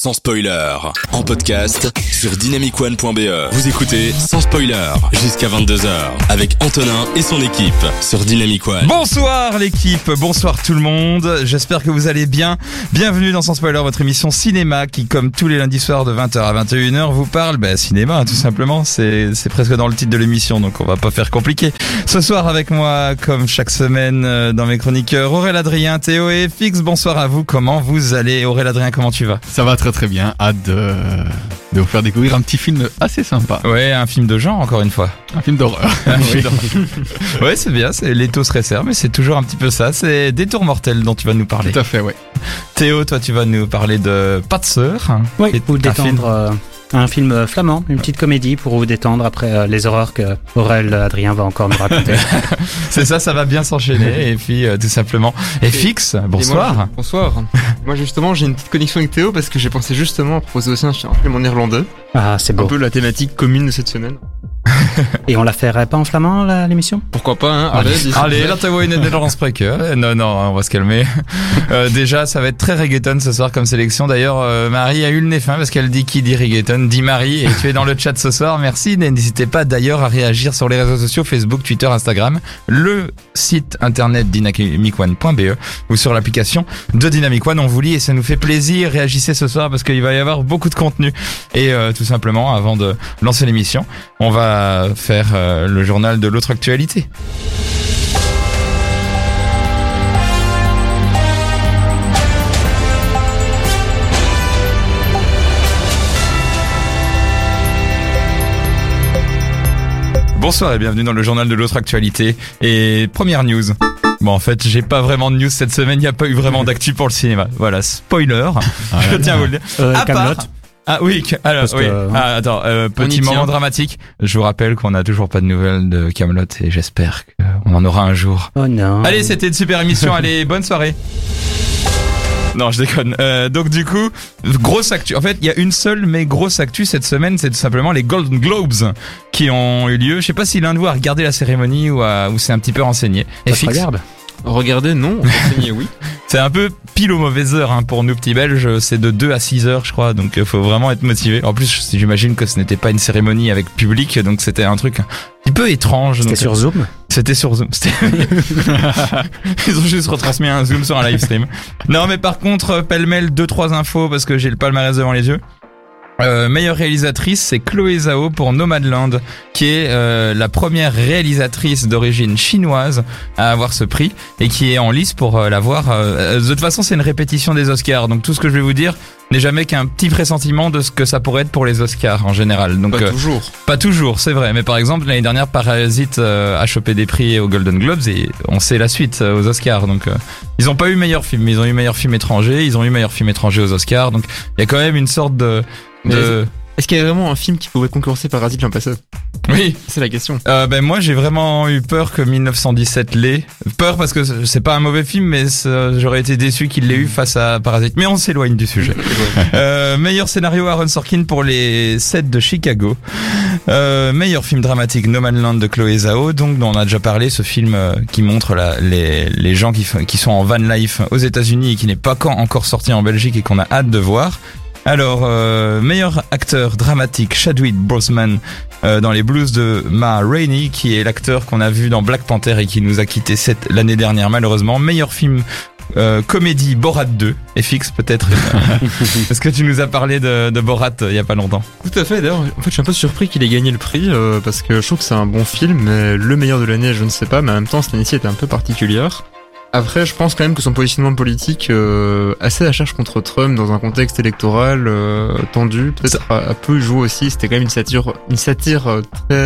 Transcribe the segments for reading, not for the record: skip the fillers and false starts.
sans spoiler. En podcast sur dynamicone.be. Vous écoutez Sans spoiler jusqu'à 22h avec Antonin et son équipe sur Dynamic One. Bonsoir l'équipe, bonsoir tout le monde. J'espère que vous allez bien. Bienvenue dans Sans spoiler, votre émission cinéma qui, comme tous les lundis soirs de 20h à 21h, vous parle cinéma tout simplement. C'est presque dans le titre de l'émission, donc on va pas faire compliqué. Ce soir avec moi, comme chaque semaine, dans mes chroniqueurs, Aurélien Adrien, Théo et FX. Bonsoir à vous. Comment vous allez, Aurélien Adrien? Comment tu vas? Ça va très bien. Hâte de vous faire découvrir un petit film assez sympa. Ouais, un film de genre encore une fois. Un film d'horreur. Ouais, c'est bien. C'est l'étau se resserre, mais c'est toujours un petit peu ça. C'est Détour mortel dont tu vas nous parler. Tout à fait, ouais. Théo, toi, tu vas nous parler de Pas de sœur. Oui, pour détendre. Un film flamand, une petite comédie pour vous détendre après les horreurs que Aurélien Adrien va encore nous raconter. C'est ça, ça va bien s'enchaîner. Et puis tout simplement. Et Fix, bonsoir. Bonsoir. Moi justement j'ai une petite connexion avec Théo parce que j'ai pensé justement à proposer aussi un film en néerlandais. Ah, c'est beau. Un peu la thématique commune de cette semaine. Et on la ferait pas en flamand l'émission? Pourquoi pas, hein? Allez, là t'as une Nederlands spreken. Non, on va se calmer. Déjà, ça va être très reggaeton ce soir comme sélection. D'ailleurs, Marie a eu le nez fin parce qu'elle dit qui dit reggaeton, dit Marie, et tu es dans le chat ce soir. Merci. N'hésitez pas d'ailleurs à réagir sur les réseaux sociaux, Facebook, Twitter, Instagram, le site internet dynamicone.be ou sur l'application de Dynamic One. On vous lit et ça nous fait plaisir. Réagissez ce soir parce qu'il va y avoir beaucoup de contenu. Et tout simplement, avant de lancer l'émission, on va faire le journal de l'autre actualité. Bonsoir et bienvenue dans le journal de l'autre actualité. Et première news. Bon, en fait, j'ai pas vraiment de news cette semaine, il n'y a pas eu vraiment d'actu pour le cinéma. Voilà, spoiler. Je tiens à vous le dire. À part... Ah oui, alors oui. Attends, petit moment dramatique. Je vous rappelle qu'on n'a toujours pas de nouvelles de Kaamelott et j'espère qu'on en aura un jour. Oh non. Allez, c'était une super émission. Allez, bonne soirée. Non, je déconne. Donc du coup, grosse actu. En fait, il y a une seule mais grosse actu cette semaine, c'est tout simplement les Golden Globes qui ont eu lieu. Je sais pas si l'un de vous a regardé la cérémonie ou c'est un petit peu renseigné. Et Fix, regarde. Regardez, non. Renseigné, oui. C'est un peu pile aux mauvaises heures pour nous petits Belges, c'est de 2 à 6 heures je crois, donc faut vraiment être motivé. En plus j'imagine que ce n'était pas une cérémonie avec public, donc c'était un truc un petit peu étrange. C'était sur Zoom. C'était sur Zoom. Ils ont juste retransmis un Zoom sur un live stream. Non mais par contre, pêle-mêle 2-3 infos parce que j'ai le palmarès devant les yeux. Meilleure réalisatrice, c'est Chloé Zhao pour Nomadland, qui est la première réalisatrice d'origine chinoise à avoir ce prix et qui est en lice pour l'avoir. De toute façon, c'est une répétition des Oscars, donc tout ce que je vais vous dire n'est jamais qu'un petit pressentiment de ce que ça pourrait être pour les Oscars en général. Donc pas toujours, c'est vrai. Mais par exemple, l'année dernière, Parasite a chopé des prix aux Golden Globes et on sait la suite aux Oscars. Donc ils ont pas eu meilleur film, mais ils ont eu meilleur film étranger. Ils ont eu meilleur film étranger aux Oscars. Donc il y a quand même une sorte de... Est-ce qu'il y a vraiment un film qui pouvait concurrencer Parasite l'an passé? Oui, c'est la question. Moi j'ai vraiment eu peur que 1917 l'ait. Peur parce que c'est pas un mauvais film, mais j'aurais été déçu qu'il l'ait eu face à Parasite. Mais on s'éloigne du sujet. Meilleur scénario Aaron Sorkin pour les 7 de Chicago. Meilleur film dramatique Nomadland de Chloé Zhao, donc dont on a déjà parlé, ce film qui montre les gens qui sont en van life aux États-Unis et qui n'est pas encore sorti en Belgique et qu'on a hâte de voir. Alors, meilleur acteur dramatique, Chadwick Boseman dans les Blues de Ma Rainey, qui est l'acteur qu'on a vu dans Black Panther et qui nous a quitté l'année dernière malheureusement. Meilleur film comédie, Borat 2. FX peut-être. Est-ce que tu nous as parlé de Borat il y a pas longtemps? Tout à fait, d'ailleurs, en fait je suis un peu surpris qu'il ait gagné le prix parce que je trouve que c'est un bon film, mais le meilleur de l'année je ne sais pas, mais en même temps cette année-ci était un peu particulière. Après, je pense quand même que son positionnement politique, assez à charge contre Trump dans un contexte électoral tendu, peut-être a peu joué aussi. C'était quand même une satire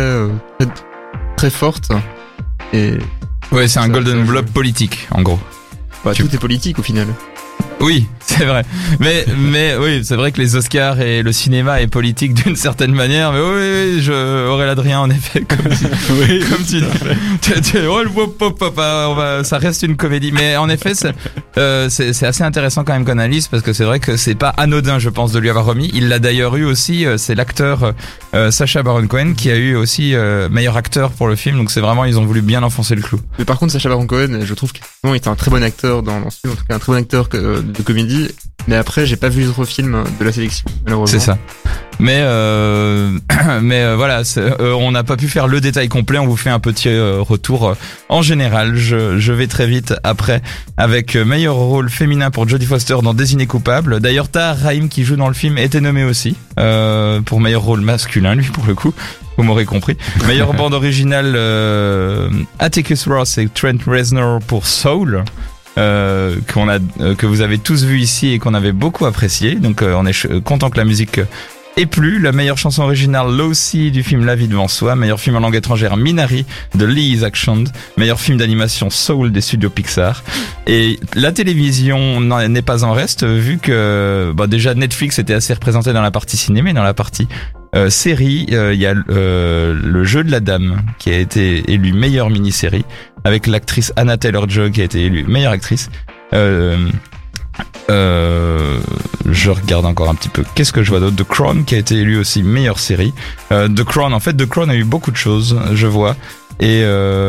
très forte. Et ouais, c'est un Golden Globe politique, en gros. Tout est politique au final. Oui, c'est vrai. Mais oui, c'est vrai que les Oscars et le cinéma est politique d'une certaine manière. Mais oui, Aurélien Adrien, en effet, comme tu dis. Ça reste une comédie. Mais en effet, c'est assez intéressant quand même qu'on analyse parce que c'est vrai que c'est pas anodin, je pense, de lui avoir remis. Il l'a d'ailleurs eu aussi. C'est l'acteur Sacha Baron Cohen qui a eu aussi meilleur acteur pour le film. Donc c'est vraiment, ils ont voulu bien enfoncer le clou. Mais par contre, Sacha Baron Cohen, je trouve qu'il est un très bon acteur dans ce film. En tout cas, un très bon acteur de comédie. Mais après, j'ai pas vu les autres films de la sélection, malheureusement. C'est ça. Mais voilà, on n'a pas pu faire le détail complet. On vous fait un petit retour en général. Je vais très vite après avec meilleur rôle féminin pour Jodie Foster dans Désigné coupable. D'ailleurs, Tahar Rahim qui joue dans le film était nommé aussi pour meilleur rôle masculin, lui pour le coup. Vous m'aurez compris. Meilleure bande originale, Atticus Ross et Trent Reznor pour Soul. Que vous avez tous vu ici et qu'on avait beaucoup apprécié. Donc on est content que la musique ait plu. La meilleure chanson originale, Low-C du film La vie devant soi. Meilleur film en langue étrangère, Minari de Lee Isaac Chung. Meilleur film d'animation, Soul des studios Pixar. Et la télévision n'est pas en reste vu que déjà Netflix était assez représenté dans la partie cinéma et dans la partie série, il y a le jeu de la dame qui a été élu meilleure mini-série avec l'actrice Anna Taylor-Joy qui a été élue meilleure actrice. Je regarde encore un petit peu. Qu'est-ce que je vois d'autre? The Crown qui a été élu aussi meilleure série. The Crown a eu beaucoup de choses, je vois. Et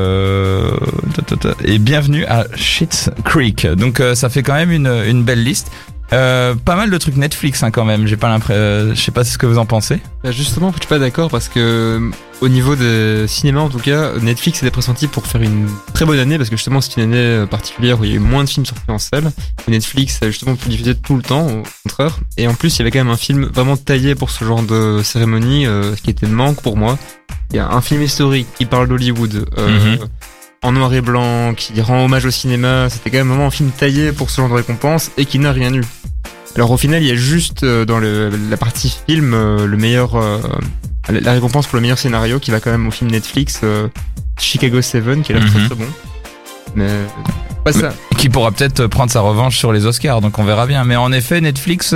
bienvenue à Schitt's Creek. Donc ça fait quand même une belle liste. Pas mal de trucs Netflix quand même. J'ai pas l'impression. Je sais pas ce que vous en pensez. Justement, je suis pas d'accord parce que au niveau des cinémas en tout cas, Netflix était pressenti pour faire une très bonne année parce que justement c'est une année particulière où il y a eu moins de films sortis en salle. Et Netflix a justement pu diffuser tout le temps, au contraire. Et en plus, il y avait quand même un film vraiment taillé pour ce genre de cérémonie, ce qui était de manque pour moi. Il y a un film historique qui parle d'Hollywood. En noir et blanc, qui rend hommage au cinéma. C'était quand même vraiment un film taillé pour ce genre de récompense et qui n'a rien eu. Alors au final, il y a juste dans la partie film le meilleur, la récompense pour le meilleur scénario qui va quand même au film Netflix Chicago 7 qui est là très très bon. Mais pas ça. Qui pourra peut-être prendre sa revanche sur les Oscars, donc on verra bien. Mais en effet, Netflix,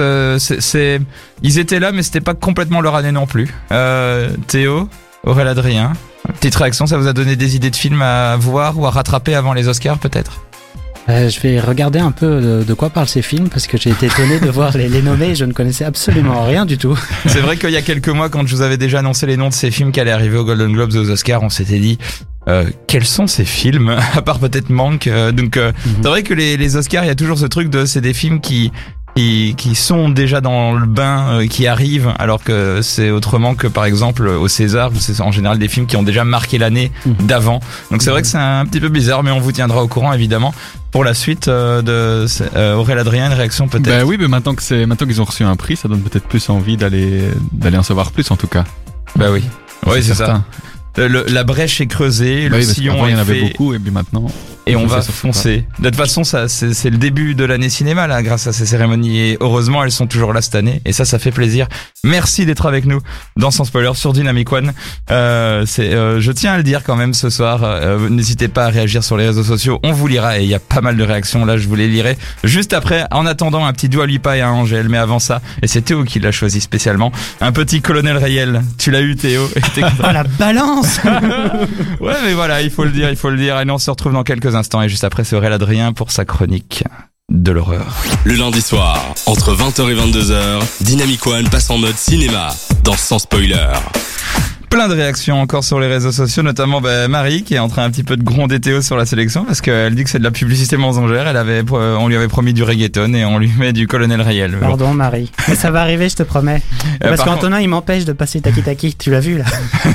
ils étaient là, mais c'était pas complètement leur année non plus. Théo, Aurélien Adrien. Petite réaction, ça vous a donné des idées de films à voir ou à rattraper avant les Oscars peut-être? Je vais regarder un peu de quoi parlent ces films parce que j'ai été étonné de voir les nommés et je ne connaissais absolument rien du tout. C'est vrai qu'il y a quelques mois, quand je vous avais déjà annoncé les noms de ces films qui allaient arriver aux Golden Globes et aux Oscars, on s'était dit quels sont ces films à part peut-être Manque. C'est vrai que les Oscars, il y a toujours ce truc de c'est des films qui sont déjà dans le bain, qui arrivent, alors que c'est autrement que par exemple au César, où c'est en général des films qui ont déjà marqué l'année d'avant. Donc c'est vrai que c'est un petit peu bizarre, mais on vous tiendra au courant évidemment pour la suite Aurélien Adrien, une réaction peut-être. Bah oui, mais maintenant qu'ils ont reçu un prix, ça donne peut-être plus envie d'aller en savoir plus en tout cas. Bah oui, oui c'est ça. La brèche est creusée, le sillon est il y en avait fait, beaucoup et puis maintenant et on va foncer. De toute façon, ça c'est le début de l'année cinéma là, grâce à ces cérémonies. Et heureusement, elles sont toujours là cette année, et ça fait plaisir. Merci d'être avec nous dans Sans Spoiler sur Dynamic One. Je tiens à le dire quand même ce soir. N'hésitez pas à réagir sur les réseaux sociaux. On vous lira et il y a pas mal de réactions là. Je vous les lirai juste après. En attendant, un petit Dua Lipa et un Angèle. Mais avant ça, et c'est Théo qui l'a choisi spécialement, un petit Colonel Rayel. Tu l'as eu Théo. Oh la balance. Ouais, mais voilà, il faut le dire. Et on se retrouve dans quelques instants. Et juste après, c'est Aurélien Adrien pour sa chronique de l'horreur. Le lundi soir, entre 20h et 22h, Dynamic One passe en mode cinéma dans Sans Spoiler. Plein de réactions encore sur les réseaux sociaux, notamment Marie qui est en train un petit peu de gronder Théo sur la sélection parce qu'elle dit que c'est de la publicité mensongère. On lui avait promis du reggaeton et on lui met du Colonel Rayel. Pardon Marie, mais ça va arriver, je te promets. Parce qu'Antonin il m'empêche de passer Taki Taki, tu l'as vu là.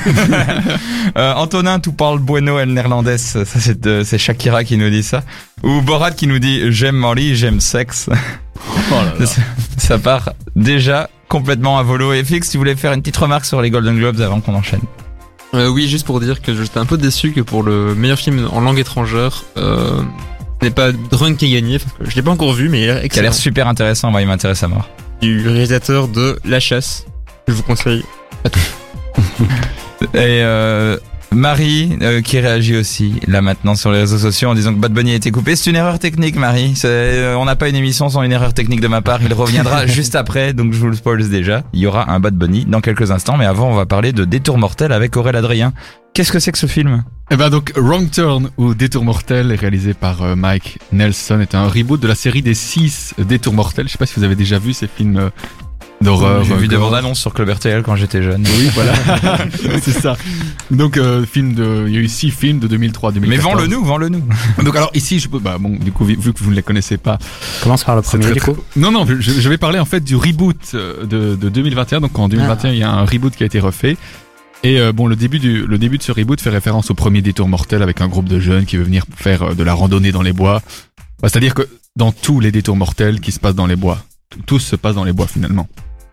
Antonin, tu parles bueno el néerlandais, ça c'est Shakira qui nous dit ça. Ou Borat qui nous dit j'aime Molly, j'aime sexe. Oh là là. Ça part déjà complètement à volo. Et Fix, tu voulais faire une petite remarque sur les Golden Globes avant qu'on enchaîne? Oui, juste pour dire que j'étais un peu déçu que pour le meilleur film en langue étrangère, ce n'est pas Drunk qui a gagné, parce que je l'ai pas encore vu, mais il a l'air excellent. Qui a l'air super intéressant, moi il m'intéresse à mort. Du réalisateur de La Chasse, que je vous conseille à tous. Et Marie qui réagit aussi là maintenant sur les réseaux sociaux en disant que Bad Bunny a été coupé. C'est une erreur technique, Marie. On n'a pas une émission sans une erreur technique de ma part. Il reviendra juste après, donc je vous le spoil déjà. Il y aura un Bad Bunny dans quelques instants, mais avant on va parler de Détour mortel avec Aurélien Adrien. Qu'est-ce que c'est que ce film? Eh ben donc Wrong Turn ou Détour mortel, réalisé par Mike Nelson, est un reboot de la série des 6 Détours mortels. Je sais pas si vous avez déjà vu ces films d'horreur. J'ai vu des gore. bandes annonces sur Club RTL quand j'étais jeune. Oui, voilà. C'est ça. Donc, il y a eu 6 films de 2003 2014. Mais vends-le nous. Donc, alors ici, je peux, du coup, vu que vous ne les connaissez pas. Commence par le premier, du coup. Non, je vais parler en fait du reboot de 2021. Donc, en 2021, il y a un reboot qui a été refait. Et le début de ce reboot fait référence au premier détour mortel avec un groupe de jeunes qui veut venir faire de la randonnée dans les bois. C'est-à-dire que dans tous les détours mortels qui se passent dans les bois, tout se passe dans les bois finalement.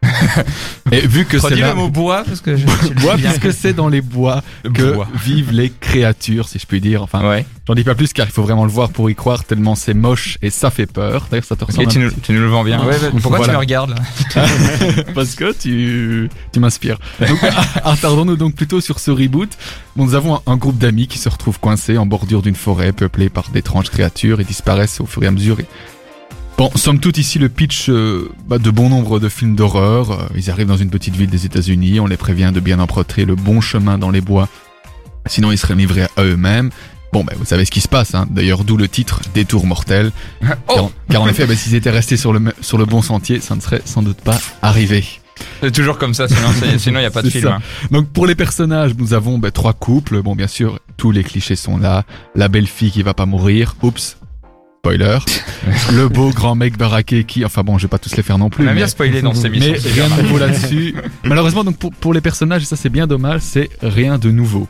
Et vu que c'est là, le mot bois parce que bois, puisque c'est dans les bois que vivent les créatures, si je puis dire. Enfin, ouais. J'en dis pas plus car il faut vraiment le voir pour y croire tellement c'est moche et ça fait peur. D'ailleurs, ça te ressemble. Okay, tu nous le vends bien. Ouais, pourquoi tu me regardes là? Parce que tu m'inspires. Donc, attardons-nous donc plutôt sur ce reboot. Bon, nous avons un groupe d'amis qui se retrouvent coincés en bordure d'une forêt peuplée par d'étranges créatures et disparaissent au fur et à mesure. Bon, somme toute ici le pitch de bon nombre de films d'horreur. Ils arrivent dans une petite ville des États-Unis, on les prévient de bien emprunter le bon chemin dans les bois, sinon ils seraient livrés à eux-mêmes. Bon, vous savez ce qui se passe, hein. D'ailleurs, d'où le titre Détour mortel. Car en effet, s'ils étaient restés sur le bon sentier, ça ne serait sans doute pas arrivé. C'est toujours comme ça, sinon il n'y a pas de film. Hein. Donc pour les personnages, nous avons 3 couples. Bon, bien sûr, tous les clichés sont là. La belle fille qui va pas mourir. Oups. Spoiler. Le beau grand mec baraqué qui, enfin bon, je vais pas tous les faire non plus. On a bien spoilé dans cette émission. Mais rien de nouveau là-dessus. Malheureusement, donc pour les personnages, et ça c'est bien dommage, c'est rien de nouveau.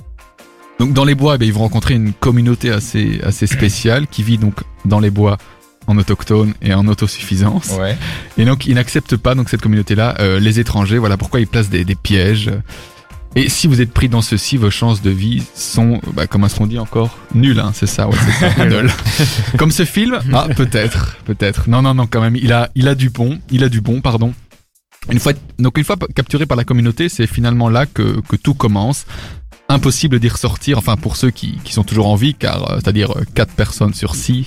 Donc dans les bois, ils vont rencontrer une communauté assez spéciale qui vit donc dans les bois en autochtone et en autosuffisance. Ouais. Et donc ils n'acceptent pas donc cette communauté-là les étrangers. Voilà pourquoi ils placent des pièges. Et si vous êtes pris dans ceci, vos chances de vie sont, comment est-ce qu'on dit encore, nulles, hein, c'est ça, ouais, c'est ça, nul. Comme ce film, peut-être. Non, quand même, il a du bon, pardon. Une fois capturé par la communauté, c'est finalement là que tout commence. Impossible d'y ressortir, enfin pour ceux qui sont toujours en vie, car c'est-à-dire 4 personnes sur 6.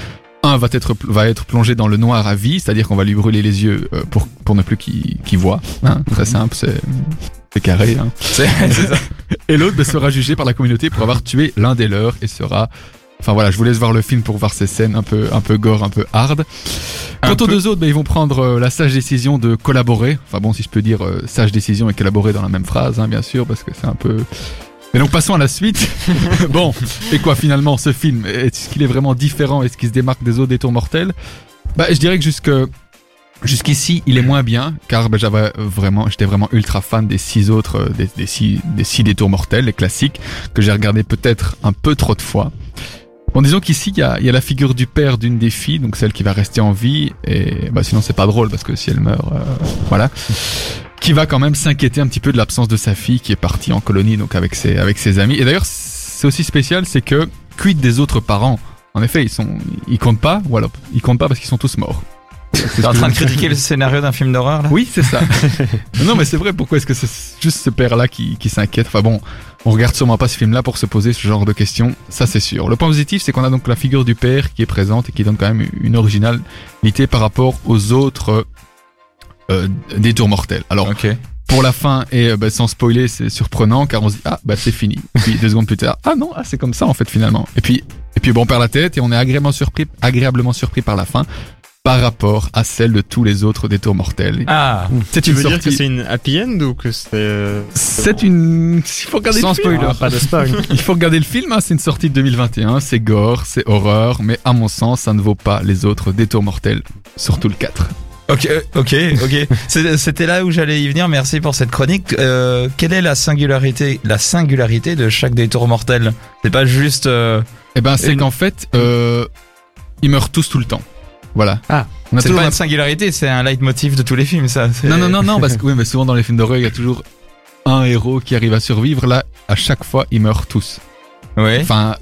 Un va être plongé dans le noir à vie, c'est-à-dire qu'on va lui brûler les yeux pour ne plus qu'il voit. Hein, très simple, c'est carré. Hein. C'est ça. Et l'autre sera jugé par la communauté pour avoir tué l'un des leurs et sera... Enfin voilà, je vous laisse voir le film pour voir ces scènes un peu gore, un peu hard. Quant aux 2 autres, ils vont prendre la sage décision de collaborer. Enfin bon, si je peux dire sage décision et collaborer dans la même phrase, hein, bien sûr, parce que c'est un peu... Mais donc passons à la suite. Bon, et quoi finalement ce film? Est-ce qu'il est vraiment différent? Est-ce qu'il se démarque des autres détours mortels? Je dirais que jusqu'ici, il est moins bien, car j'étais vraiment ultra fan des 6 autres, des 6 détours mortels, les classiques, que j'ai regardé peut-être un peu trop de fois. Bon, disons qu'ici, il y a la figure du père d'une des filles, donc celle qui va rester en vie, et sinon c'est pas drôle, parce que si elle meurt, voilà. Qui va quand même s'inquiéter un petit peu de l'absence de sa fille, qui est partie en colonie, donc avec ses amis. Et d'ailleurs, c'est aussi spécial, c'est que, quid des autres parents? En effet, ils comptent pas, voilà. Ils comptent pas parce qu'ils sont tous morts. T'es en train de critiquer le scénario d'un film d'horreur, là? Oui, c'est ça. Non, mais c'est vrai, pourquoi est-ce que c'est juste ce père-là qui s'inquiète? Enfin bon, on regarde sûrement pas ce film-là pour se poser ce genre de questions, ça c'est sûr. Le point positif, c'est qu'on a donc la figure du père qui est présente et qui donne quand même une originalité par rapport aux autres détours mortels. Alors, pour la fin, et sans spoiler, c'est surprenant, car on se dit, c'est fini. Puis 2 secondes plus tard, c'est comme ça en fait finalement. Et puis on perd la tête et on est agréablement surpris par la fin. Par rapport à celle de tous les autres détours mortels. Tu veux dire que c'est une happy end ou que c'est une... Il faut regarder sans le film. Spoiler, pas de spoil. Il faut regarder le film, hein, c'est une sortie de 2021, c'est gore, c'est horreur, mais à mon sens, ça ne vaut pas les autres détours mortels, surtout le 4. Ok. C'était là où j'allais y venir, merci pour cette chronique. Quelle est la singularité de chaque détour mortel? C'est pas juste... c'est qu'en fait, ils meurent tous tout le temps. Voilà. C'est pas une singularité, c'est un leitmotiv de tous les films, ça. Non, parce que mais souvent dans les films d'horreur, il y a toujours un héros qui arrive à survivre. Là, à chaque fois, ils meurent tous. Ouais. Enfin,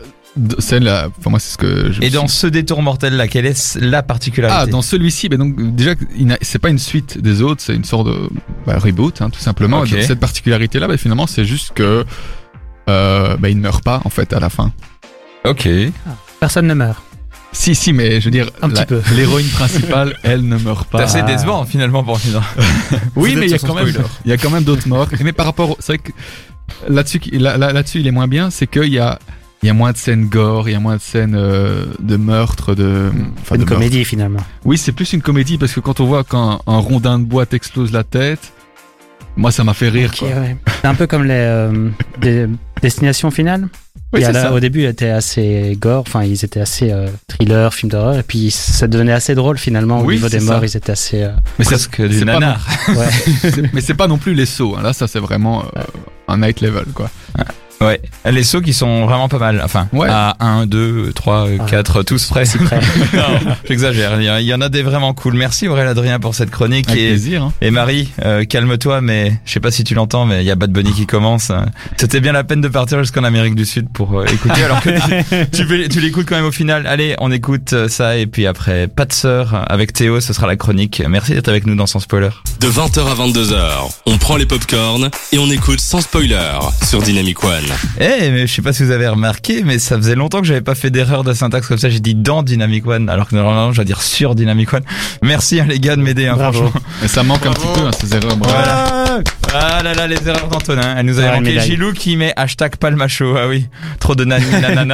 moi, c'est ce que je... Et dans ce détour mortel-là, quelle est la particularité? Dans celui-ci, donc, déjà, c'est pas une suite des autres, c'est une sorte de reboot, hein, tout simplement. Okay. Cette particularité-là, finalement, c'est juste que, il ne meurt pas, en fait, à la fin. Ok. Personne ne meurt. Si, mais je veux dire, l'héroïne principale, elle ne meurt pas. C'est assez décevant, finalement, pour finir. Oui, mais il y a quand même d'autres morts. Mais par rapport, c'est vrai que là-dessus, il est moins bien, c'est qu'il y a Il y a moins de scènes gore, il y a moins de scènes de meurtre, C'est une comédie finalement. Oui, c'est plus une comédie parce que quand on voit qu'un rondin de bois t'explose la tête, moi ça m'a fait rire. Ok, ouais. C'est un peu comme les Destinations Finales. Oui, c'est ça. Au début, ils étaient assez gore, enfin ils étaient assez thriller, film d'horreur, et puis ça devenait assez drôle finalement au Oui, niveau des c'est morts, ça. ils étaient assez. Mais Presque du c'est pas nanar. Ouais. mais c'est pas non plus les sauts. Hein. Là, ça c'est vraiment un night level, quoi. Ouais, les sauts qui sont vraiment pas mal. Enfin, Ouais. à 1, 2, 3, 4, tous prêts. Si près. Non, j'exagère. Il y en a des vraiment cool. Merci Aurélien Adrien pour cette chronique. Avec plaisir. Hein. Et Marie, calme-toi, mais je sais pas si tu l'entends, mais il y a Bad Bunny qui commence. C'était bien la peine de partir jusqu'en Amérique du Sud pour écouter, alors que tu l'écoutes quand même au final. Allez, on écoute ça, et puis après, pas de sœur avec Théo, ce sera la chronique. Merci d'être avec nous dans Sans Spoiler. De 20h à 22h, on prend les popcorns et on écoute sans spoiler sur Dynamic One. Mais je sais pas si vous avez remarqué, mais ça faisait longtemps que j'avais pas fait d'erreur de syntaxe comme ça. J'ai dit dans Dynamic One, alors que normalement, je dois dire sur Dynamic One. Merci les gars de m'aider, Bravo. franchement. Mais ça manque un petit peu, hein, ces erreurs. Bravo. Voilà. Ah là là, les erreurs d'Antonin. Elle nous avait Ah, une manqué. médaille. Gilou qui met hashtag palmacho. Ah oui. Trop de nanana.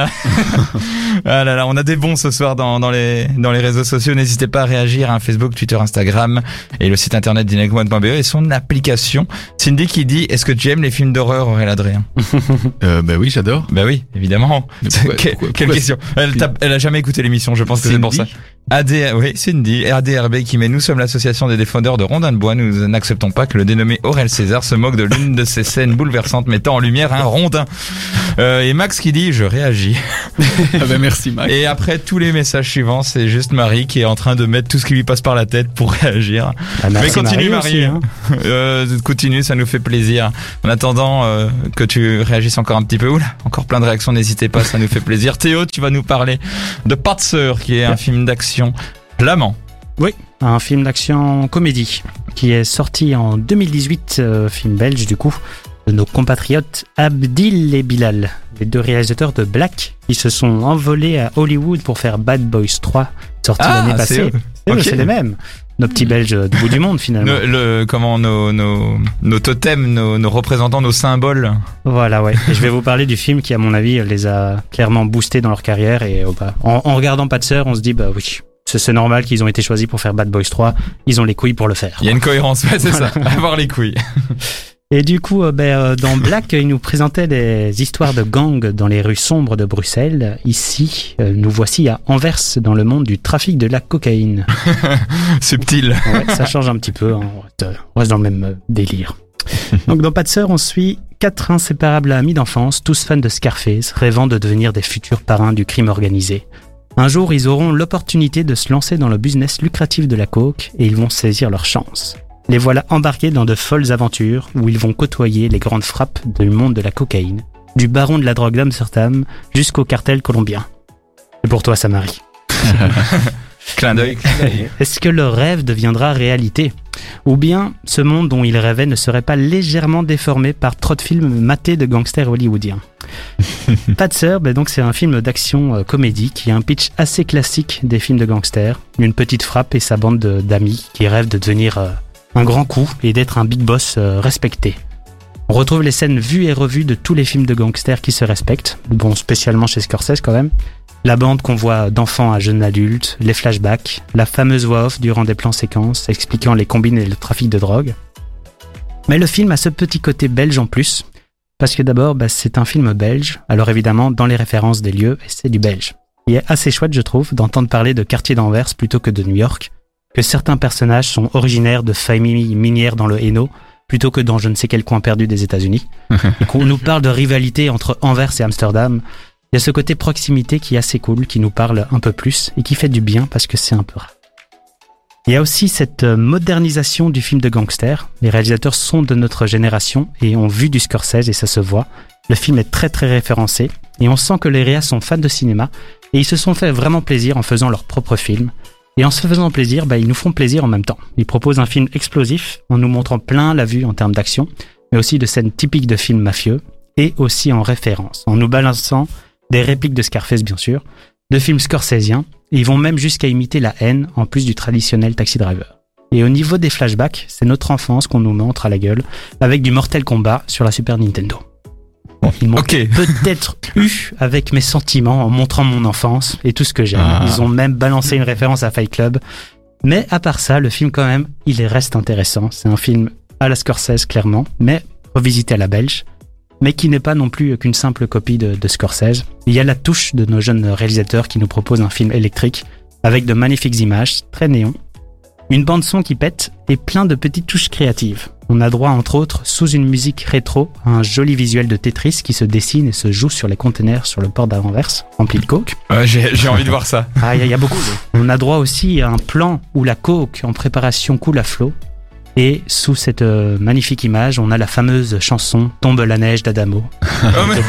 Ah là là, on a des bons ce soir dans les réseaux sociaux. N'hésitez pas à réagir, hein, Facebook, Twitter, Instagram et le site internet dynamicone.be et son application. Cindy qui dit, est-ce que tu aimes les films d'horreur, Aurélien Adrien? Bah oui, j'adore. Bah oui, évidemment. Mais pourquoi- Quelle pourquoi question. Elle a jamais écouté l'émission, je pense que c'est pour ça. Oui, Cindy, ADRB qui met, nous sommes l'association des défendeurs de rondins de bois. Nous n'acceptons pas que le dénommé Aurel César se moque de l'une de ces scènes bouleversantes mettant en lumière un rondin. Et Max qui dit, je réagis. Ah bah merci, Max. Et après, tous les messages suivants, c'est juste Marie qui est en train de mettre tout ce qui lui passe par la tête pour réagir. Ah, merci, Mais continue, Marie. aussi, hein. Continue, ça nous fait plaisir. En attendant que tu réagisses encore un petit peu, oula, encore plein de réactions, n'hésitez pas, ça nous fait plaisir. Théo, tu vas nous parler de Pas de sœur, qui est un film d'action flamand. Oui, un film d'action comédie qui est sorti en 2018, film belge du coup, de nos compatriotes Abdil et Bilal, les deux réalisateurs de Black, qui se sont envolés à Hollywood pour faire Bad Boys 3, sorti l'année passée. c'est eux. C'est eux, Ok. c'est les mêmes. Nos petits Belges du bout du monde finalement. Nos totems, nos représentants, nos symboles. Voilà, ouais. Et je vais vous parler du film qui, à mon avis, les a clairement boostés dans leur carrière. Et en regardant Pas de sœur, on se dit, bah oui, c'est normal qu'ils ont été choisis pour faire Bad Boys 3. Ils ont les couilles pour le faire. Il y a une cohérence, ouais, c'est ça. Avoir les couilles. Et du coup, dans Black, ils nous présentaient des histoires de gangs dans les rues sombres de Bruxelles. Ici, nous voici à Anvers, dans le monde du trafic de la cocaïne. Subtil. Ouais, ça change un petit peu, hein. On reste dans le même délire. Donc dans Pas de sœur, on suit 4 inséparables amis d'enfance, tous fans de Scarface, rêvant de devenir des futurs parrains du crime organisé. Un jour, ils auront l'opportunité de se lancer dans le business lucratif de la coke et ils vont saisir leur chance. Les voilà embarqués dans de folles aventures où ils vont côtoyer les grandes frappes du monde de la cocaïne, du baron de la drogue d'Amsterdam jusqu'au cartel colombien. C'est pour toi, Samari. Clin d'œil. Est-ce que leur rêve deviendra réalité? Ou bien ce monde dont ils rêvaient ne serait pas légèrement déformé par trop de films matés de gangsters hollywoodiens? Pas de sœur, donc c'est un film d'action comédie qui a un pitch assez classique des films de gangsters. Une petite frappe et sa bande d'amis qui rêvent de devenir un grand coup et d'être un big boss respecté. On retrouve les scènes vues et revues de tous les films de gangsters qui se respectent, bon spécialement chez Scorsese quand même. La bande qu'on voit d'enfants à jeunes adultes, les flashbacks, la fameuse voix off durant des plans séquences expliquant les combines et le trafic de drogue. Mais le film a ce petit côté belge en plus, parce que d'abord c'est un film belge, alors évidemment dans les références des lieux, c'est du belge. Il est assez chouette je trouve d'entendre parler de quartier d'Anvers plutôt que de New York, que certains personnages sont originaires de familles minières dans le Hainaut, plutôt que dans je ne sais quel coin perdu des États-Unis, et qu'on nous parle de rivalité entre Anvers et Amsterdam. Il y a ce côté proximité qui est assez cool, qui nous parle un peu plus et qui fait du bien parce que c'est un peu rare. Il y a aussi cette modernisation du film de gangster. Les réalisateurs sont de notre génération et ont vu du Scorsese et ça se voit. Le film est très très référencé et on sent que les réals sont fans de cinéma et ils se sont fait vraiment plaisir en faisant leur propre film. Et en se faisant plaisir, ils nous font plaisir en même temps. Ils proposent un film explosif en nous montrant plein la vue en termes d'action, mais aussi de scènes typiques de films mafieux et aussi en référence, en nous balançant des répliques de Scarface bien sûr, de films scorsésiens, et ils vont même jusqu'à imiter la haine en plus du traditionnel Taxi Driver. Et au niveau des flashbacks, c'est notre enfance qu'on nous montre à la gueule, avec du Mortal Kombat sur la Super Nintendo. Ils m'ont Ok. peut-être eu avec mes sentiments en montrant mon enfance et tout ce que j'aime. Ah. Ils ont même balancé une référence à Fight Club. Mais à part ça, le film quand même, il reste intéressant. C'est un film à la Scorsese clairement, mais revisité à la belge, mais qui n'est pas non plus qu'une simple copie de Scorsese. Il y a la touche de nos jeunes réalisateurs qui nous proposent un film électrique avec de magnifiques images, très néon, une bande son qui pète et plein de petites touches créatives. On a droit entre autres, sous une musique rétro, à un joli visuel de Tetris qui se dessine et se joue sur les containers sur le port d'Anvers, rempli de coke. Ouais, j'ai envie de voir ça. Ah, il y a beaucoup. On a droit aussi à un plan où la coke en préparation coule à flot. Et sous cette magnifique image, on a la fameuse chanson Tombe la neige d'Adamo. Oh, mais-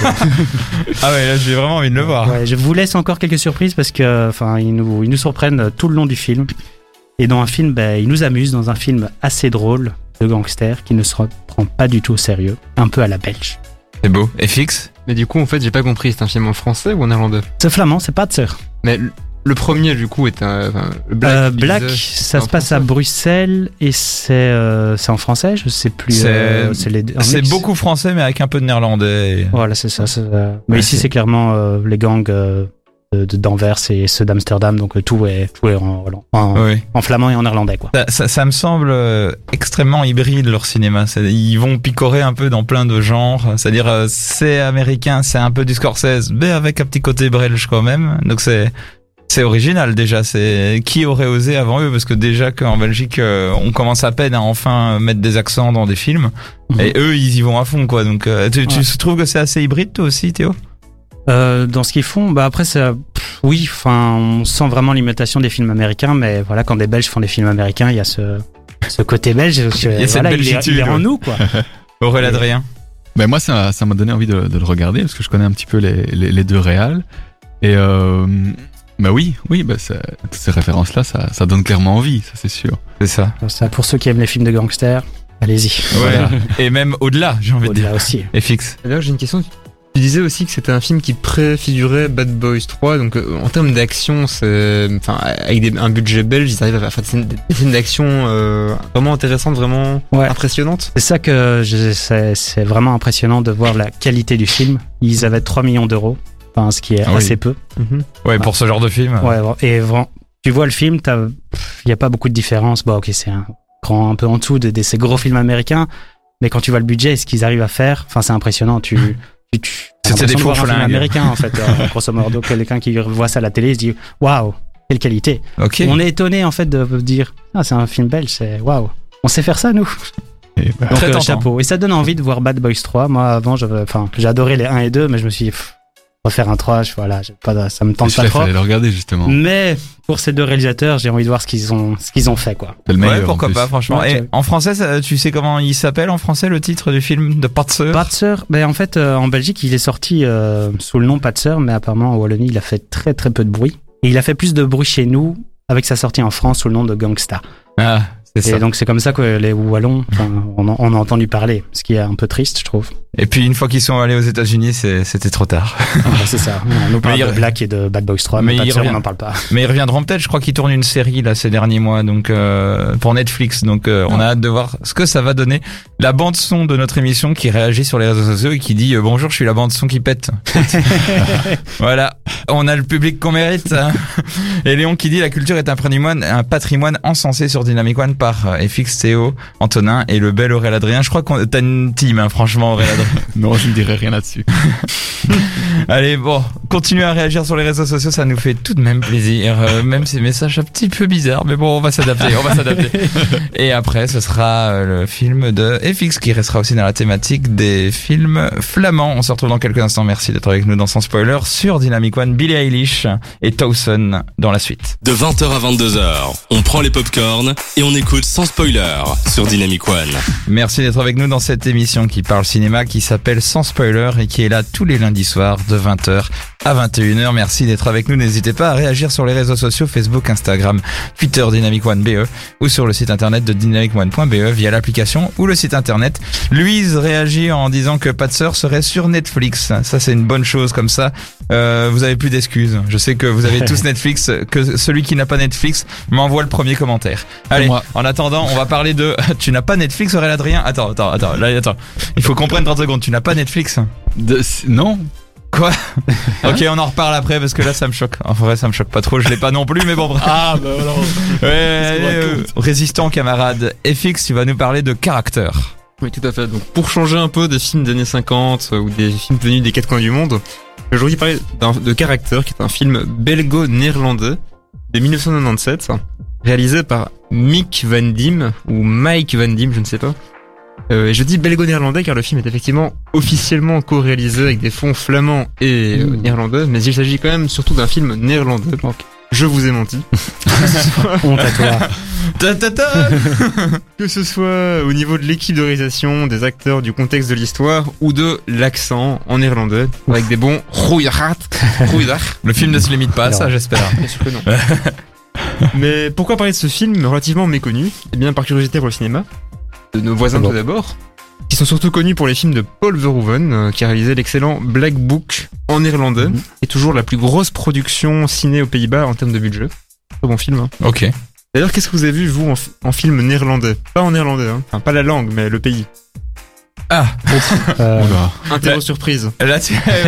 Ah ouais, là j'ai vraiment envie de le voir. Ouais, je vous laisse encore quelques surprises parce que, ils nous surprennent tout le long du film. Et dans un film, ils nous amusent dans un film assez drôle de gangster qui ne se prend pas du tout au sérieux, un peu à la belge. C'est beau. FX? Mais du coup, en fait, j'ai pas compris, c'est un film en français ou en néerlandais? C'est flamand, c'est pas de sœur. Mais le premier, du coup, est un... Enfin, le Black, Black, il disait, ça en se passe français. à Bruxelles et c'est en français, je sais plus. C'est un c'est mix. beaucoup français mais avec un peu de néerlandais. Voilà, c'est ça. Mais Ouais, ici, c'est- c'est clairement les gangs d'Anvers et ceux d'Amsterdam, donc tout est Oui. en flamand et en néerlandais, quoi. Ça me semble extrêmement hybride leur cinéma. Ils vont picorer un peu dans plein de genres. C'est-à-dire c'est américain, c'est un peu du Scorsese, mais avec un petit côté belge quand même. Donc c'est original déjà. C'est qui aurait osé avant eux, parce que déjà qu'en Belgique on commence à peine à enfin mettre des accents dans des films, et eux ils y vont à fond quoi. Donc tu trouves que c'est assez hybride toi aussi, Théo? Dans ce qu'ils font, après, oui, on sent vraiment l'imitation des films américains, mais voilà, quand des Belges font des films américains, il y a ce côté belge. Il y a cette Voilà, belgitude, il est en ouais. nous, quoi. Aurélien Adrien. Ben moi, ça m'a donné envie de le regarder parce que je connais un petit peu les deux réals. Et oui, toutes ces références-là, ça donne clairement envie, ça c'est sûr. C'est ça. Ça, pour ceux qui aiment les films de gangsters, allez-y. Ouais. Et même au-delà, j'ai envie de dire. Au-delà aussi. FX. D'ailleurs, j'ai une question. Tu disais aussi que c'était un film qui préfigurait Bad Boys 3, donc en termes d'action, avec un budget belge, ils arrivent à faire des scènes d'action vraiment intéressantes, vraiment Ouais. impressionnantes. C'est ça que c'est vraiment impressionnant de voir la qualité du film. Ils avaient 3 millions d'euros, ce qui est Ah oui. assez peu. Ouais, pour ce genre de film. Ouais, et vraiment, tu vois le film, il n'y a pas beaucoup de différence. Bon, ok, c'est un peu en dessous de ces gros films américains, mais quand tu vois le budget et ce qu'ils arrivent à faire, c'est impressionnant. C'était des faux faux film flingues. américain en fait. Grosso modo, quelqu'un qui voit ça à la télé, il se dit waouh, quelle qualité. Ok. On est étonné en fait de dire c'est un film belge, c'est waouh. On sait faire ça nous. Et Donc Très tentant. chapeau. Et ça donne envie de voir Bad Boys 3. Moi avant, j'ai adoré les 1 et 2, mais je me suis dit refaire un 3, ça me tente pas il trop. fallait le regarder justement. Mais pour ces deux réalisateurs, j'ai envie de voir ce qu'ils ont fait, quoi. C'est le meilleur. Ouais, pourquoi en plus. pas, franchement. Ouais, Et en français, tu sais comment il s'appelle en français, le titre du film de Patser? Patser, en fait, en Belgique, il est sorti sous le nom Patser, mais apparemment en Wallonie, il a fait très très peu de bruit. Et il a fait plus de bruit chez nous avec sa sortie en France sous le nom de Gangsta. Ah, c'est Et ça. donc c'est comme ça que les Wallons, on a entendu parler, ce qui est un peu triste, je trouve. Et puis une fois qu'ils sont allés aux États-Unis, c'était trop tard. C'est ça. On nous parle Mais de Black et de Bad Boys 3, mais mais il Patser, revient. on n'en parle pas. Mais ils reviendront peut-être. Je crois qu'ils tournent une série là ces derniers mois, donc pour Netflix. Donc on a hâte de voir ce que ça va donner. La bande son de notre émission qui réagit sur les réseaux sociaux et qui dit bonjour, je suis la bande son qui pète. Voilà, on a le public qu'on mérite. Hein. Et Léon qui dit la culture est un patrimoine encensé sur Dynamic One par FX, Théo, Antonin et le bel Aurélien Adrien. Je crois qu'on t'as une team, hein, franchement, Aurélien Adrien. Non, je ne dirais rien là-dessus. Allez, bon, continuez à réagir sur les réseaux sociaux, ça nous fait tout de même plaisir, même ces messages un petit peu bizarres, mais bon, on va s'adapter. Et après, ce sera le film de FX qui restera aussi dans la thématique des films flamands. On se retrouve dans quelques instants. Merci d'être avec nous dans Sans Spoiler sur Dynamic One. Billie Eilish et Towson dans la suite. De 20h à 22h, on prend les popcorns et on écoute Sans Spoiler sur Dynamic One. Merci d'être avec nous dans cette émission qui parle cinéma, qui s'appelle Sans Spoiler et qui est là tous les lundis soirs de 20h à 21h. Merci d'être avec nous. N'hésitez pas à réagir sur les réseaux sociaux, Facebook, Instagram, Twitter, Dynamic One BE ou sur le site internet de dynamicone.be via l'application ou le site internet. Louise réagit en disant que Patser serait sur Netflix. Ça, c'est une bonne chose comme ça. Vous avez plus d'excuses. Je sais que vous avez tous Netflix, que celui qui n'a pas Netflix m'envoie le premier commentaire. Allez, moi. En attendant, on va parler de... Tu n'as pas Netflix, Aurélien Adrien? Attends. Il faut qu'on prenne 30 secondes. Tu n'as pas Netflix? Non. Quoi? Ok, on en reparle après parce que là ça me choque. En vrai, ça me choque pas trop, je l'ai pas non plus, mais bon, bref. Ah, bah voilà. Résistant, camarade. FX, tu vas nous parler de caractère. Oui, tout à fait. Donc, pour changer un peu des films des années 50 ou des films venus des quatre coins du monde, je vais aujourd'hui parler de Caractère, qui est un film belgo-néerlandais de 1997, réalisé par Mick Van Diem, ou Mike Van Diem, je ne sais pas. Et je dis belgo-néerlandais car le film est effectivement officiellement co-réalisé avec des fonds flamands et néerlandais, mais il s'agit quand même surtout d'un film néerlandais. Donc, je vous ai menti. Honte à toi. Que ce soit au niveau de l'équipe de réalisation, des acteurs, du contexte de l'histoire ou de l'accent en néerlandais, avec des bons rouillards. Le film ne se limite pas à ça, j'espère. Bien sûr que non. Mais pourquoi parler de ce film relativement méconnu? Eh bien, par curiosité pour le cinéma, de nos voisins tout d'abord, qui sont surtout connus pour les films de Paul Verhoeven, qui a réalisé l'excellent Black Book en néerlandais, et toujours la plus grosse production ciné aux Pays-Bas en termes de budget. Très bon film. Hein. Ok. D'ailleurs, qu'est-ce que vous avez vu, vous, en film néerlandais? Pas en néerlandais, hein. Enfin, pas la langue, mais le pays. Ah, Interro surprise. là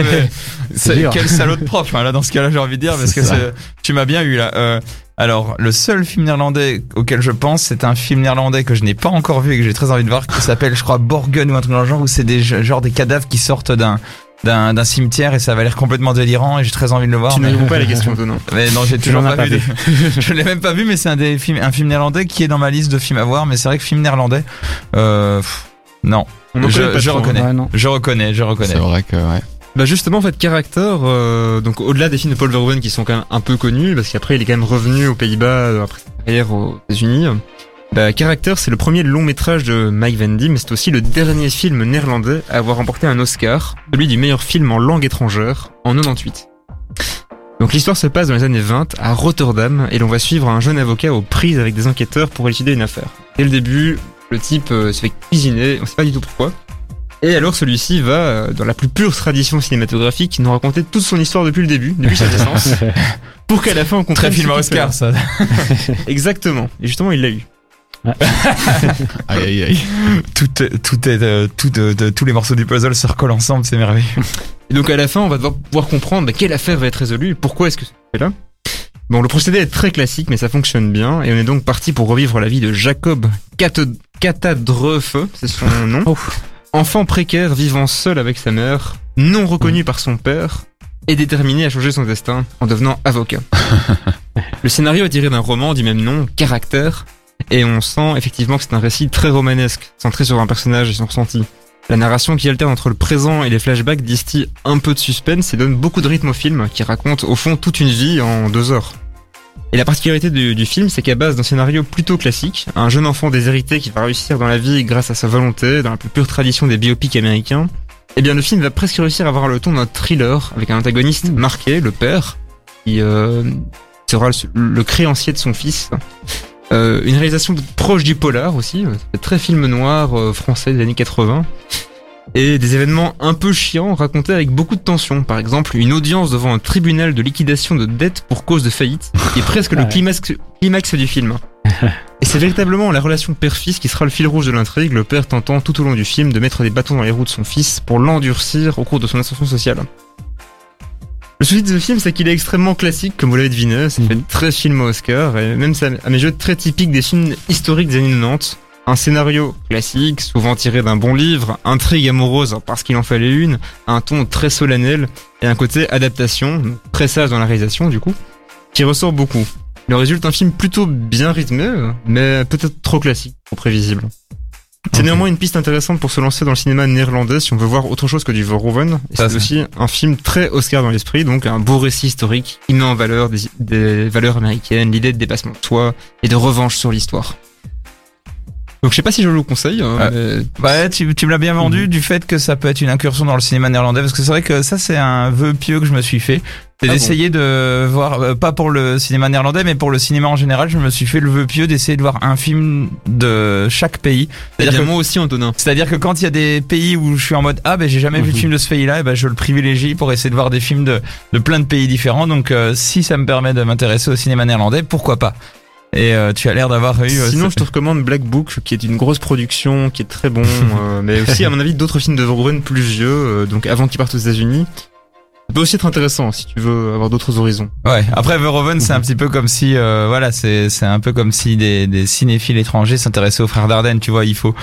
quel salaud de prof, hein, là dans ce cas-là j'ai envie de dire, parce que tu m'as bien eu là. Alors, le seul film néerlandais auquel je pense, c'est un film néerlandais que je n'ai pas encore vu et que j'ai très envie de voir, qui s'appelle, je crois, Borgen ou un truc dans le genre, où c'est des cadavres qui sortent d'un cimetière et ça va l'air complètement délirant et j'ai très envie de le voir. Tu ne réponds pas à la question, toi, non? Mais non, j'ai toujours pas vu. Je l'ai même pas vu, mais c'est un film néerlandais qui est dans ma liste de films à voir, mais c'est vrai que film néerlandais, non. Je reconnais. Ouais, non. Je reconnais. C'est vrai que, ouais. Bah justement, en fait, Caractère, donc au-delà des films de Paul Verhoeven qui sont quand même un peu connus, parce qu'après il est quand même revenu aux Pays-Bas après sa carrière aux États-Unis. Bah, Caractère, c'est le premier long métrage de Mike Van Diem, mais c'est aussi le dernier film néerlandais à avoir remporté un Oscar, celui du meilleur film en langue étrangère, en 98. Donc l'histoire se passe dans les années 20 à Rotterdam, et l'on va suivre un jeune avocat aux prises avec des enquêteurs pour élucider une affaire. Dès le début, le type se fait cuisiner, on sait pas du tout pourquoi. Et alors celui-ci va, dans la plus pure tradition cinématographique, nous raconter toute son histoire depuis le début, depuis sa naissance, pour qu'à la fin on comprenne... Très film Oscar, ça. Exactement. Et justement, il l'a eu. Aïe. Tous les morceaux du puzzle se recollent ensemble, c'est merveilleux. Et donc à la fin, on va devoir pouvoir comprendre quelle affaire va être résolue, pourquoi est-ce que c'est là. Bon, le procédé est très classique, mais ça fonctionne bien, et on est donc parti pour revivre la vie de Jacob Katadreuf, c'est son nom. Enfant précaire vivant seul avec sa mère, non reconnu par son père, et déterminé à changer son destin en devenant avocat. Le scénario est tiré d'un roman du même nom, Caractère, et on sent effectivement que c'est un récit très romanesque, centré sur un personnage et son ressenti. La narration qui alterne entre le présent et les flashbacks distille un peu de suspense et donne beaucoup de rythme au film, qui raconte au fond toute une vie en 2 heures. Et la particularité du film, c'est qu'à base d'un scénario plutôt classique, un jeune enfant déshérité qui va réussir dans la vie grâce à sa volonté, dans la plus pure tradition des biopics américains, eh bien le film va presque réussir à avoir le ton d'un thriller, avec un antagoniste marqué, le père, qui sera le créancier de son fils. Une réalisation proche du polar aussi, très film noir français des années 80. Et des événements un peu chiants racontés avec beaucoup de tension. Par exemple, une audience devant un tribunal de liquidation de dettes pour cause de faillite, qui est presque le climax du film. Et c'est véritablement la relation père-fils qui sera le fil rouge de l'intrigue, le père tentant tout au long du film de mettre des bâtons dans les roues de son fils pour l'endurcir au cours de son ascension sociale. Le souci de ce film, c'est qu'il est extrêmement classique, comme vous l'avez deviné, ça fait très film au Oscar, et même ça, à mes yeux, très typique des films historiques des années 90. Un scénario classique, souvent tiré d'un bon livre, intrigue amoureuse parce qu'il en fallait une, un ton très solennel et un côté adaptation, très sage dans la réalisation du coup, qui ressort beaucoup. Il en résulte un film plutôt bien rythmé, mais peut-être trop classique, trop prévisible. C'est néanmoins une piste intéressante pour se lancer dans le cinéma néerlandais si on veut voir autre chose que du Verhoeven. C'est aussi un film très Oscar dans l'esprit, donc un beau récit historique qui met en valeur des valeurs américaines, l'idée de dépassement de soi et de revanche sur l'histoire. Donc je sais pas si je le conseille. Bah tu me l'as bien vendu du fait que ça peut être une incursion dans le cinéma néerlandais, parce que c'est vrai que ça c'est un vœu pieux que je me suis fait. C'est d'essayer de voir, pas pour le cinéma néerlandais, mais pour le cinéma en général, je me suis fait le vœu pieux d'essayer de voir un film de chaque pays. C'est-à-dire que moi aussi, Antonin. C'est-à-dire que quand il y a des pays où je suis en mode j'ai jamais vu de film de ce pays-là, et ben je le privilégie pour essayer de voir des films de plein de pays différents. Donc si ça me permet de m'intéresser au cinéma néerlandais, pourquoi pas. Et tu as l'air d'avoir eu... Sinon, je te recommande Black Book, qui est une grosse production, qui est très bon, mais aussi, à mon avis, d'autres films de Verhoeven plus vieux, donc avant qu'il parte aux États-Unis. Ça peut aussi être intéressant si tu veux avoir d'autres horizons. Ouais. Après Verhoeven, c'est un petit peu comme si, c'est un peu comme si des cinéphiles étrangers s'intéressaient aux frères Dardenne. Tu vois, il faut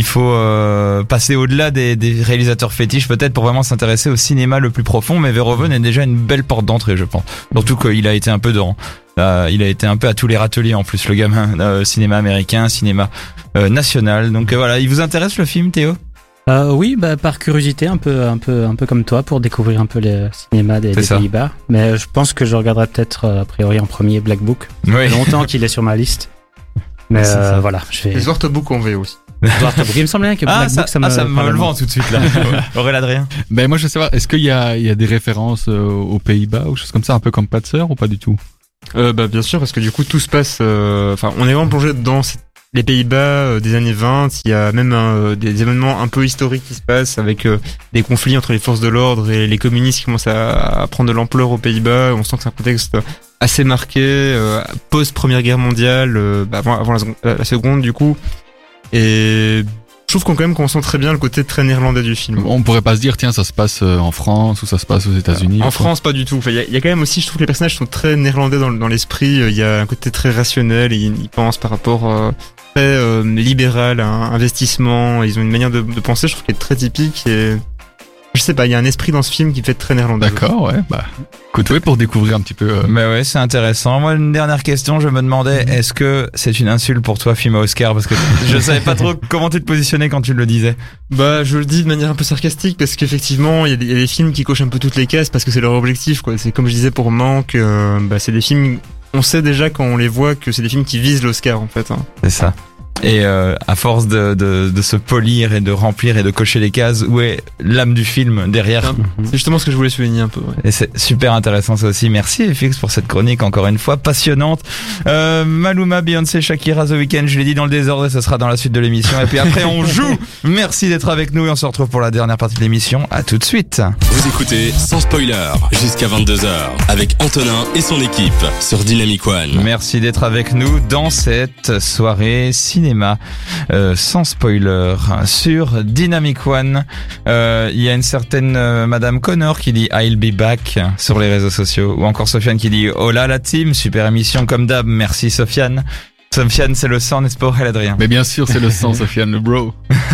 passer au-delà des réalisateurs fétiches peut-être pour vraiment s'intéresser au cinéma le plus profond. Mais Verhoeven est déjà une belle porte d'entrée, je pense. Surtout qu'il a été un peu il a été un peu à tous les râteliers en plus, le gamin. Cinéma américain, cinéma national. Donc voilà, il vous intéresse le film, Théo? Oui, par curiosité, un peu comme toi, pour découvrir un peu le cinéma des Pays-Bas. Mais je pense que je regarderai peut-être a priori en premier Black Book. Oui. Ça fait longtemps qu'il est sur ma liste. Mais voilà, je vais. Et Zwartebook en VO aussi. Il me semblait que Black Book, ça me le vend tout de suite là. Aurélien Adrien. Ben moi je veux savoir, est-ce qu'il y a des références aux Pays-Bas ou choses comme ça, un peu comme Patser ou pas du tout? Bien sûr, parce que du coup tout se passe. On est vraiment plongé dans les Pays-Bas des années 20. Il y a même des événements un peu historiques qui se passent avec des conflits entre les forces de l'ordre et les communistes qui commencent à prendre de l'ampleur aux Pays-Bas. On sent que c'est un contexte assez marqué, post Première Guerre mondiale, avant la seconde du coup. Et je trouve qu'on sent très bien le côté très néerlandais du film. On pourrait pas se dire, tiens, ça se passe en France ou ça se passe aux États-Unis. En France, pas du tout. Enfin, il y a quand même aussi, je trouve que les personnages sont très néerlandais dans l'esprit. Il y a un côté très rationnel. Ils pensent par rapport très libéral à un investissement. Ils ont une manière de penser, je trouve, qui est très typique. Et je sais pas, il y a un esprit dans ce film qui fait très néerlandais. D'accord, ouais. Écoute, pour découvrir un petit peu. Mais ouais, c'est intéressant. Moi, une dernière question, je me demandais, est-ce que c'est une insulte pour toi, film à Oscar? Parce que je savais pas trop comment tu te positionnais quand tu le disais. Je le dis de manière un peu sarcastique parce qu'effectivement, il y a des films qui cochent un peu toutes les cases parce que c'est leur objectif, quoi. C'est comme je disais pour Manque, c'est des films, on sait déjà quand on les voit que c'est des films qui visent l'Oscar, en fait. C'est ça. Et à force de se polir et de remplir et de cocher les cases, où est l'âme du film derrière? C'est justement ce que je voulais souligner un peu. Ouais. Et c'est super intéressant ça aussi. Merci FX pour cette chronique encore une fois passionnante. Maluma, Beyoncé, Shakira, The Weeknd, je l'ai dit dans le désordre et ce sera dans la suite de l'émission. Et puis après on joue. Merci d'être avec nous et on se retrouve pour la dernière partie de l'émission. À tout de suite. Vous écoutez sans spoiler jusqu'à 22h avec Antonin et son équipe sur Dynamic One. Merci d'être avec nous dans cette soirée cinéma sans spoiler sur Dynamic One. Il y a une certaine Madame Connor qui dit I'll be back sur les réseaux sociaux, ou encore Sofiane qui dit oh là la team, super émission comme d'hab, merci Sofiane. Sofiane, c'est le sang, n'est-ce pas Aurélien Adrien? Mais bien sûr, c'est le sang, Sofiane, le bro.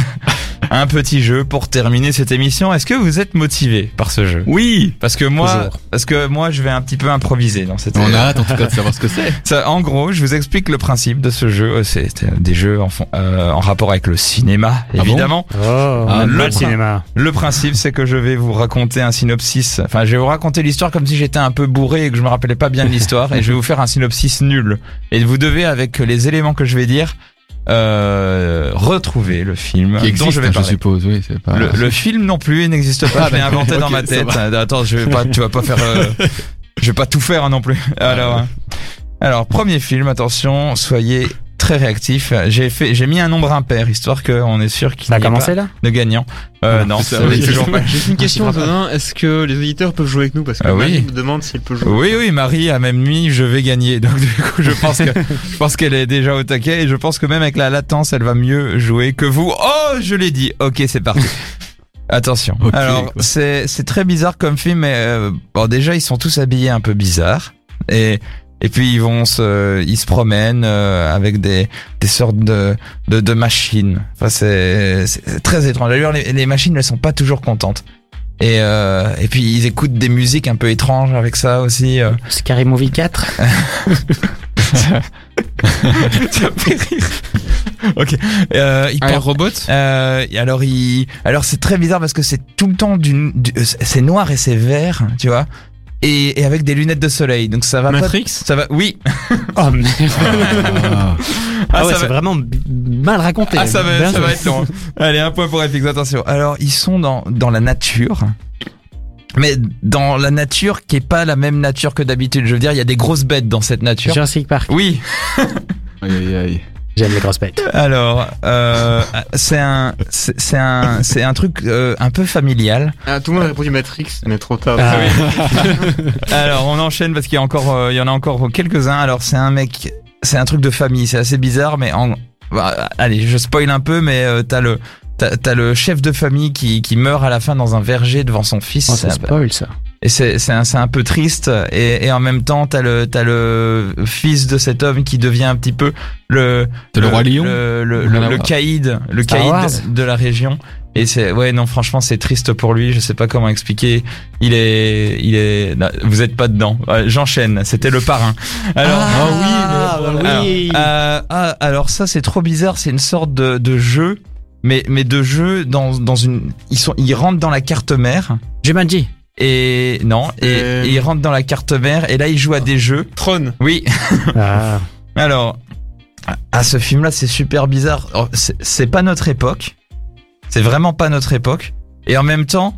Un petit jeu pour terminer cette émission. Est-ce que vous êtes motivé par ce jeu? Oui, parce que moi, je vais un petit peu improviser dans cette. On a hâte en tout cas de savoir ce que c'est. Ça, en gros, je vous explique le principe de ce jeu. C'est des jeux en rapport avec le cinéma, évidemment. Le cinéma. Le principe, c'est que je vais vous raconter un synopsis. Enfin, je vais vous raconter l'histoire comme si j'étais un peu bourré et que je me rappelais pas bien de l'histoire, et je vais vous faire un synopsis nul. Et vous devez, avec les éléments que je vais dire, retrouver le film qui existe, dont je vais parler. Je suppose, oui, c'est pas. Le film non plus, il n'existe pas. Je l'ai inventé dans ma tête. Attends, tu vas pas faire. Je vais pas tout faire non plus. Alors, premier film. Attention, soyez très réactifs. J'ai mis un nombre impair histoire qu'on est sûr qu'il n'y ait pas de gagnant. Non, c'est toujours pas. J'ai une question, Antonin. Est-ce que les auditeurs peuvent jouer avec nous parce que Marie me demande si elle peut jouer. Oui, Marie a même mis je vais gagner. Donc du coup, je pense qu'elle est déjà au taquet et je pense que même avec la latence, elle va mieux jouer que vous. Oh, je l'ai dit. Ok, c'est parti. Attention. Okay, alors, c'est très bizarre comme film, mais déjà ils sont tous habillés un peu bizarre et puis ils se promènent avec des sortes de machines. Enfin c'est très étrange. D'ailleurs les machines ne sont pas toujours contentes. Et puis ils écoutent des musiques un peu étranges avec ça aussi. Scary Movie 4. Ça fait rire. Ok. Robot. Alors c'est très bizarre parce que c'est tout le temps c'est noir et c'est vert, tu vois. Et avec des lunettes de soleil, donc ça va Matrix. Ça va, oui. Oh merde. C'est vraiment mal raconté. Ça va être long. Allez, un point pour FX, attention. Alors, ils sont dans la nature. Mais dans la nature qui est pas la même nature que d'habitude. Je veux dire, il y a des grosses bêtes dans cette nature. Jurassic Park. Oui. Aïe. J'aime les grosses bêtes. Alors, c'est un truc un peu familial. Tout le monde a répondu Matrix, mais trop tard. Oui. Alors, on enchaîne parce qu'il y en a encore quelques-uns. Alors, c'est un mec c'est un truc de famille, c'est assez bizarre, mais allez, je spoil un peu, mais t'as le chef de famille qui meurt à la fin dans un verger devant son fils. Oh, ça spoil ça. Et c'est un peu triste, et en même temps t'as le fils de cet homme qui devient un petit peu le roi lion, le caïd de la région. Et franchement c'est triste pour lui, je sais pas comment expliquer. Il est non, vous êtes pas dedans. J'enchaîne, c'était Le Parrain. Alors ça c'est trop bizarre, c'est une sorte de jeu, mais de jeu dans une ils rentrent dans la carte mère. Jumanji. Et non, et ils rentrent dans la carte mère, et là ils jouent à des jeux. Tron. Oui. Alors, ce film-là, c'est super bizarre. C'est pas notre époque. C'est vraiment pas notre époque. Et en même temps,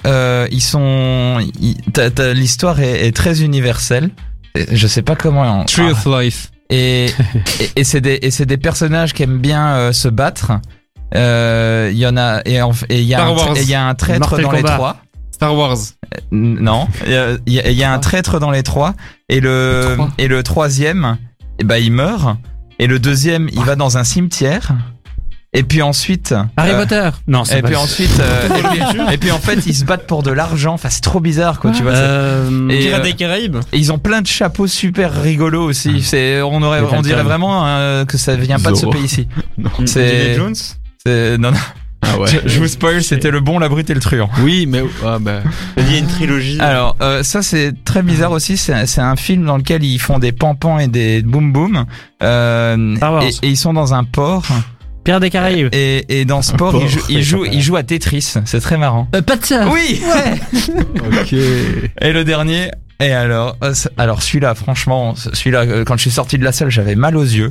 l'histoire est très universelle. Je sais pas comment. Tree of Life. Et c'est des personnages qui aiment bien se battre. Il y en a, et il y a un traître Mortal dans Kombat. les trois. Star Wars. Non, il y a un traître dans les trois, et le troisième, il meurt, et le deuxième, il va dans un cimetière, et puis ensuite Harry Potter. Non, c'est et pas puis ensuite et puis en fait ils se battent pour de l'argent. Enfin c'est trop bizarre quoi, tu vois. Et Pirates des Caraïbes. et ils ont plein de chapeaux super rigolos aussi. On dirait vraiment que ça vient pas de ce Zorro. pays-ci. Indiana Jones. Non. Ah ouais. Je vous spoil, c'était le bon, la brute et le truand. Oui, mais Il y a une trilogie. Alors ça c'est très bizarre aussi, c'est un film dans lequel ils font des pampans et des boum boum, Star Wars. et ils sont dans un port, Pierre des Caraïbes. et dans ce port port, ils jouent à Tetris, c'est très marrant. Pas de ça. Oui. ok. Et le dernier, et alors celui-là franchement, quand je suis sorti de la salle j'avais mal aux yeux.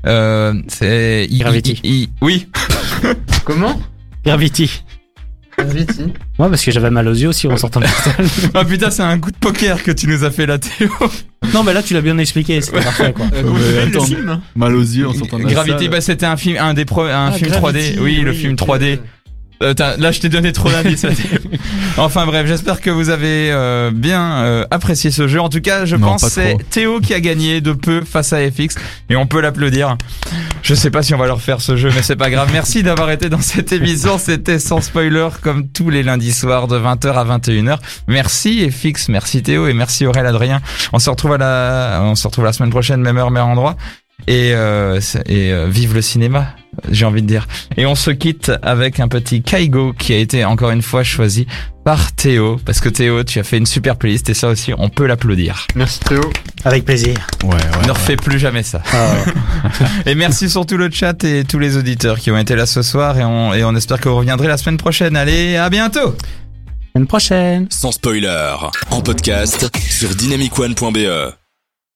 C'est Gravity. Oui. Comment? Gravity. Gravity. Moi, parce que j'avais mal aux yeux aussi en sortant de la salle. Oh putain, c'est un coup de poker que tu nous as fait là, Théo. Non, mais là, tu l'as bien expliqué. C'était parfait, quoi. Comment mais s'appelle le attends. film? Mal aux yeux, on s'entend de la Gravity, salle. c'était un film, un film 3D. Gravity, Oui, le film 3D. Là, je t'ai donné trop d'indices. Enfin bref, j'espère que vous avez bien apprécié ce jeu. En tout cas, je Non, pense pas que c'est trop. Théo qui a gagné de peu face à FX, et on peut l'applaudir. Je sais pas si on va leur faire ce jeu, mais c'est pas grave. Merci d'avoir été dans cette émission. C'était Sans Spoiler, comme tous les lundis soirs de 20h à 21h. Merci FX, merci Théo, et merci Aurélien, Adrien. On se retrouve la semaine prochaine, même heure, même endroit. Et vive le cinéma, j'ai envie de dire. Et on se quitte avec un petit Kaigo qui a été encore une fois choisi par Théo, parce que Théo, tu as fait une super playlist, et ça aussi on peut l'applaudir. Merci Théo. Avec plaisir. Ouais. Ne refais plus jamais ça. Et merci surtout le chat et tous les auditeurs qui ont été là ce soir, et on espère que vous reviendrez la semaine prochaine. Allez, à bientôt. À une prochaine. Sans spoiler, en podcast sur dynamicone.be.